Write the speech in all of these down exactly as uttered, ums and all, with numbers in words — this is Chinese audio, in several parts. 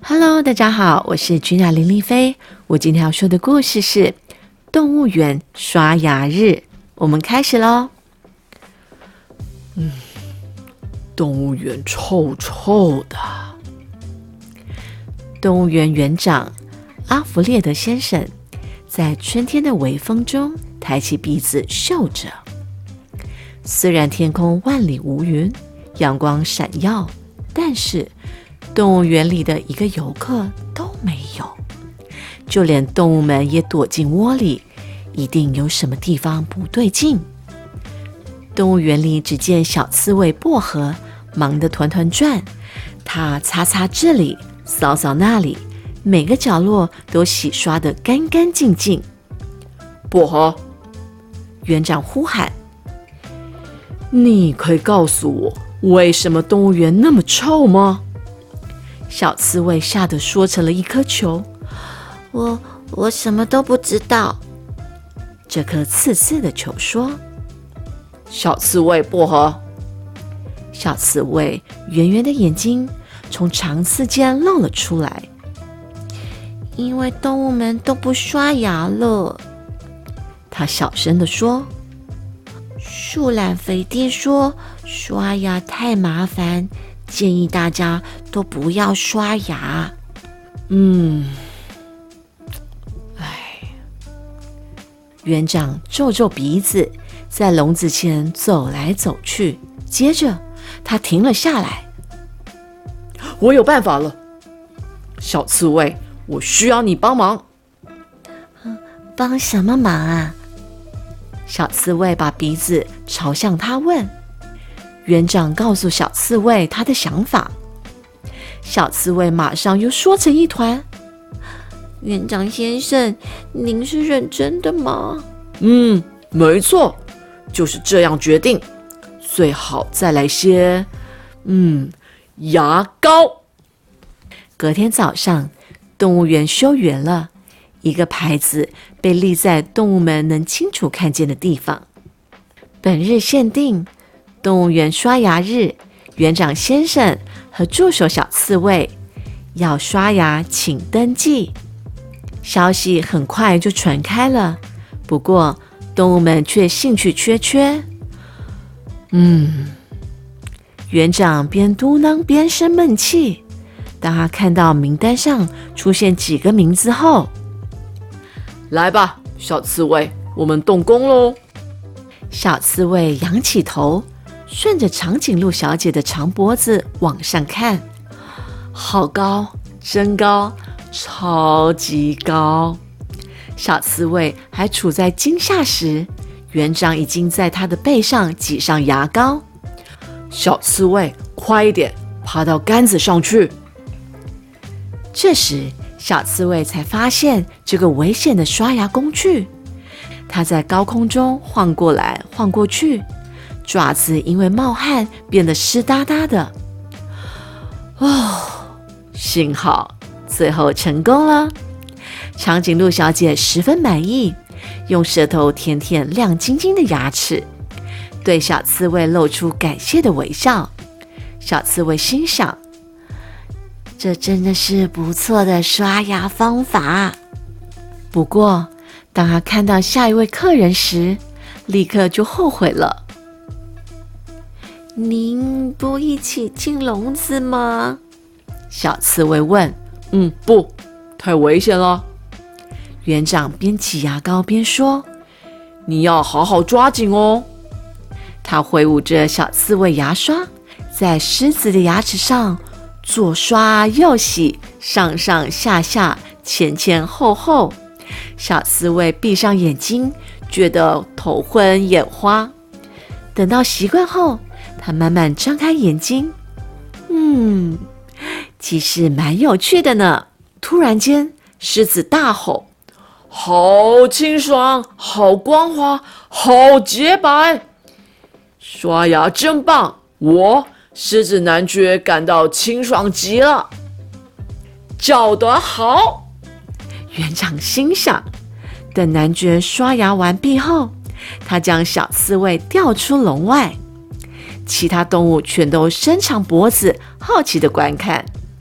Hello， 大家好，我是君雅林丽菲。我今天要说的故事是动物园刷牙日。我们开始咯。 嗯，动物园臭臭的。 动物园园长阿弗列德先生在春天的微风中抬起鼻子嗅着。虽然天空万里无云，阳光闪耀，但是动物园里的一个游客都没有，就连动物们也躲进窝里，一定有什么地方不对劲。动物园里只见小刺猬薄荷忙得团团转，它擦擦这里，扫扫那里，每个角落都洗刷得干干净净。 薄荷， 园长呼喊：“ 你可以告诉我，为什么动物园那么臭吗？” 小刺猬吓得缩成了一颗球。 我我什么都不知道。 这颗刺刺的球说：“ 小刺猬薄荷。” 小刺猬圆圆的眼睛从长刺间露了出来。 因为动物们都不刷牙了， 他小声地说。 树懒肥爹说刷牙太麻烦，建议大家都不要刷牙。 嗯，唉，园长皱皱鼻子，在笼子前走来走去，接着他停了下来。 我有办法了，小刺猬，我需要你帮忙。 帮什么忙啊？ 小刺猬把鼻子朝向他问。园长告诉小刺猬他的想法，小刺猬马上又说成一团。 园长先生，您是认真的吗？ 嗯，没错，就是这样决定。最好再来些，嗯，牙膏。 隔天早上，动物园休园了，一个牌子被立在动物们能清楚看见的地方。本日限定，动物园刷牙日，园长先生和助手小刺猬要刷牙请登记。消息很快就传开了，不过动物们却兴趣缺缺。嗯，园长边嘟囔边生闷气。当他看到名单上出现几个名字后， 来吧，小刺猬，我们动工喽！ 小刺猬仰起头，顺着长颈鹿小姐的长脖子往上看，好高，真高，超级高！小刺猬还处在惊吓时，园长已经在它的背上挤上牙膏。 小刺猬，快一点，爬到杆子上去！ 这时，小刺猬才发现这个危险的刷牙工具。它在高空中晃过来晃过去，爪子因为冒汗变得湿哒哒的。哦，幸好最后成功了。长颈鹿小姐十分满意，用舌头舔舔亮晶晶的牙齿，对小刺猬露出感谢的微笑。小刺猬心想， 这真的是不错的刷牙方法。 不过，当他看到下一位客人时，立刻就后悔了。 您不一起进笼子吗？ 小刺猬问。 嗯，不，太危险了。 园长边挤牙膏边说：“ 你要好好抓紧哦。” 他挥舞着小刺猬牙刷，在狮子的牙齿上左刷右洗，上上下下，前前后后。小刺猬闭上眼睛，觉得头昏眼花。等到习惯后，它慢慢张开眼睛。嗯，其实蛮有趣的呢。突然间，狮子大吼：“ 好清爽，好光滑，好洁白！刷牙真棒！我狮子男爵感到清爽极了。”叫得好！ 园长心想。等男爵刷牙完毕后，他将小刺猬调出笼外。其他动物全都伸长脖子，好奇地观看。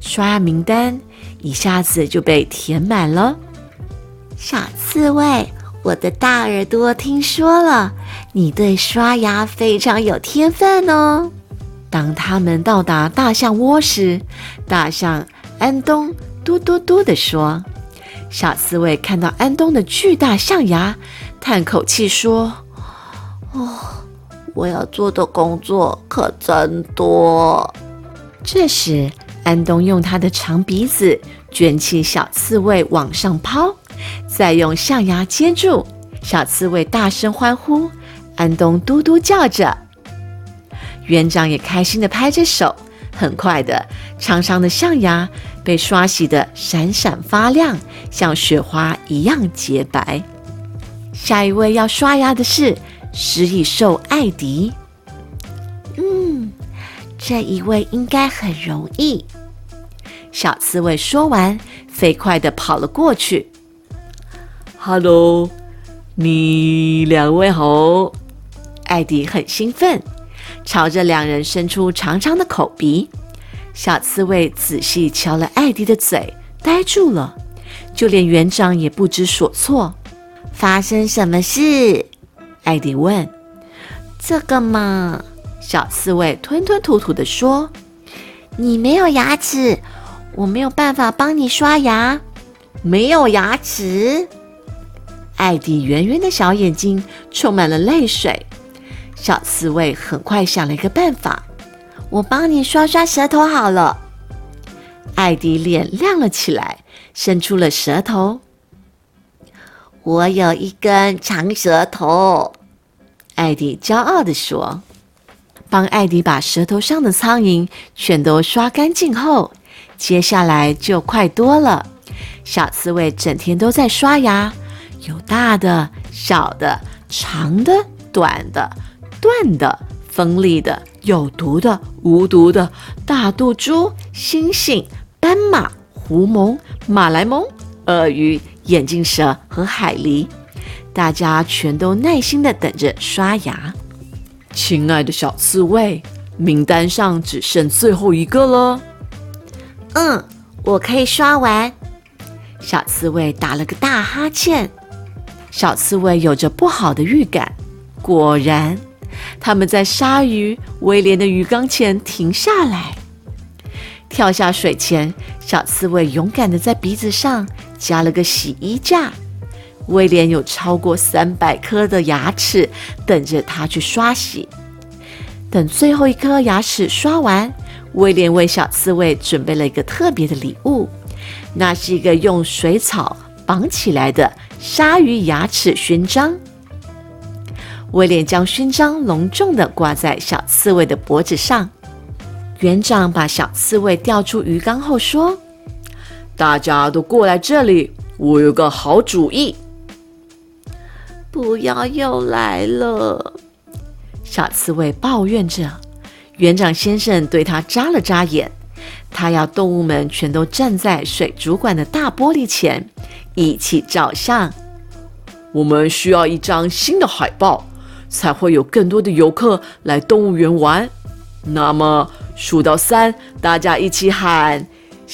刷牙名单一下子就被填满了。 小刺猬，我的大耳朵听说了，你对刷牙非常有天分哦。 当他们到达大象窝时，大象安东嘟嘟嘟地说。小刺猬看到安东的巨大象牙，叹口气说： 哦，我要做的工作可真多。 这时安东用他的长鼻子卷起小刺猬往上抛，再用象牙接住。小刺猬大声欢呼，安东嘟嘟叫着。园长也开心地拍着手。很快的，长长的象牙被刷洗得闪闪发亮，像雪花一样洁白。下一位要刷牙的是食蚁兽艾迪。 嗯，这一位应该很容易。 小刺猬说完，飞快地跑了过去。 哈喽，你两位好。 艾迪很兴奋，朝着两人伸出长长的口鼻。小刺猬仔细瞧了艾迪的嘴，呆住了。就连园长也不知所措。 发生什么事？ 艾迪问。 这个嘛， 小刺猬吞吞吐吐地说： 你没有牙齿，我没有办法帮你刷牙。没有牙齿？ 艾迪圆圆的小眼睛充满了泪水。小刺猬很快想了一个办法： 我帮你刷刷舌头好了。 艾迪脸亮了起来，伸出了舌头。 我有一根长舌头， 艾迪骄傲地说。帮艾迪把舌头上的苍蝇全都刷干净后，接下来就快多了。小刺猬整天都在刷牙，有大的、小的、长的、短的、钝的、锋利的、有毒的、无毒的、大肚猪、猩猩、斑马、狐獴、马来虻、鳄鱼、眼镜蛇和海狸。大家全都耐心地等着刷牙。 亲爱的小刺猬，名单上只剩最后一个了。 嗯，我可以刷完。 小刺猬打了个大哈欠。小刺猬有着不好的预感，果然他们在鲨鱼威廉的鱼缸前停下来。跳下水前，小刺猬勇敢地在鼻子上加了个洗衣架。威廉有超过三百颗的牙齿等着他去刷洗。等最后一颗牙齿刷完，威廉为小刺猬准备了一个特别的礼物，那是一个用水草绑起来的鲨鱼牙齿勋章。威廉将勋章隆重地挂在小刺猬的脖子上。园长把小刺猬调出鱼缸后说： 大家都过来这里，我有个好主意。 不要又来了， 小刺猬抱怨着。园长先生对他眨了眨眼，他要动物们全都站在水族馆的大玻璃前，一起照相。 我们需要一张新的海报，才会有更多的游客来动物园玩。那么数到三，大家一起喊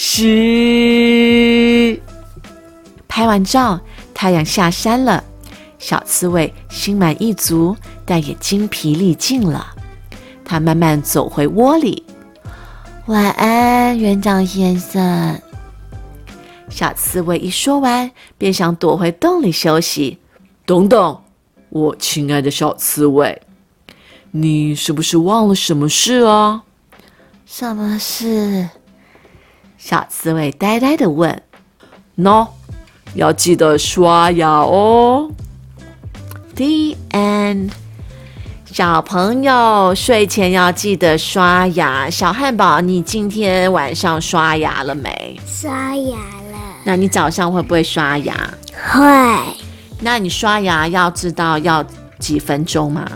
西。 拍完照，太阳下山了。小刺猬心满意足，但也精疲力尽了。他慢慢走回窝里。 晚安，园长先生。 小刺猬一说完，便想躲回洞里休息。 等等，我亲爱的小刺猬，你是不是忘了什么事啊？ 什么事？ 小刺猬呆呆地问。 喏，要记得刷牙哦。 The end。小朋友睡前要记得刷牙。小汉堡，你今天晚上刷牙了没？ 刷牙了。 那你早上会不会刷牙？ 会。 那你刷牙要知道要几分钟吗？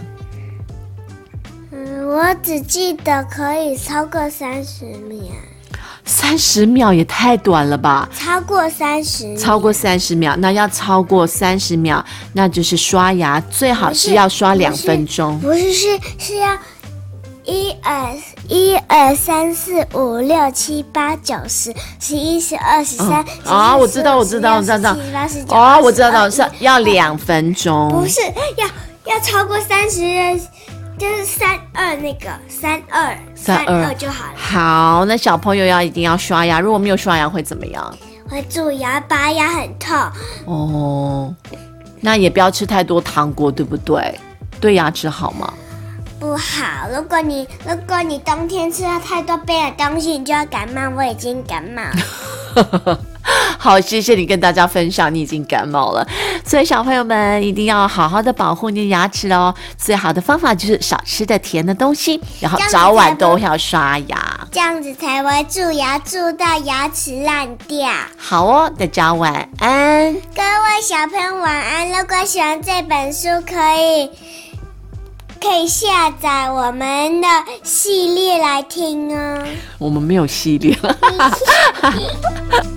嗯，我只记得可以超过三十秒。 三十秒也太短了吧？ 超过三十秒。 超过三十秒，那要超过三十秒，那就是刷牙最好是要刷两分钟。 不是，是是要一二一二三四五六七八九十十一十二十三啊，我知道，我知道，我知道， 十七八十九哦，我知道，是要两分钟， 不是要要超过三十，就是三二那个三二三二就好了。 好，那小朋友要一定要刷牙，如果没有刷牙会怎么样？ 会蛀牙，拔牙很痛。 哦，那也不要吃太多糖果，对不对？对牙齿好吗？ 不好，如果你如果你冬天吃了太多冰的东西，你就要感冒。我已经感冒了。 好，谢谢你跟大家分享，你已经感冒了，所以小朋友们一定要好好的保护你的牙齿哦。最好的方法就是少吃的甜的东西，然后早晚都要刷牙， 这样子才不会蛀牙蛀到牙齿烂掉。 好哦，大家晚安， 各位小朋友晚安。如果喜欢这本书，可以可以下载我们的系列来听哦。 我们没有系列了。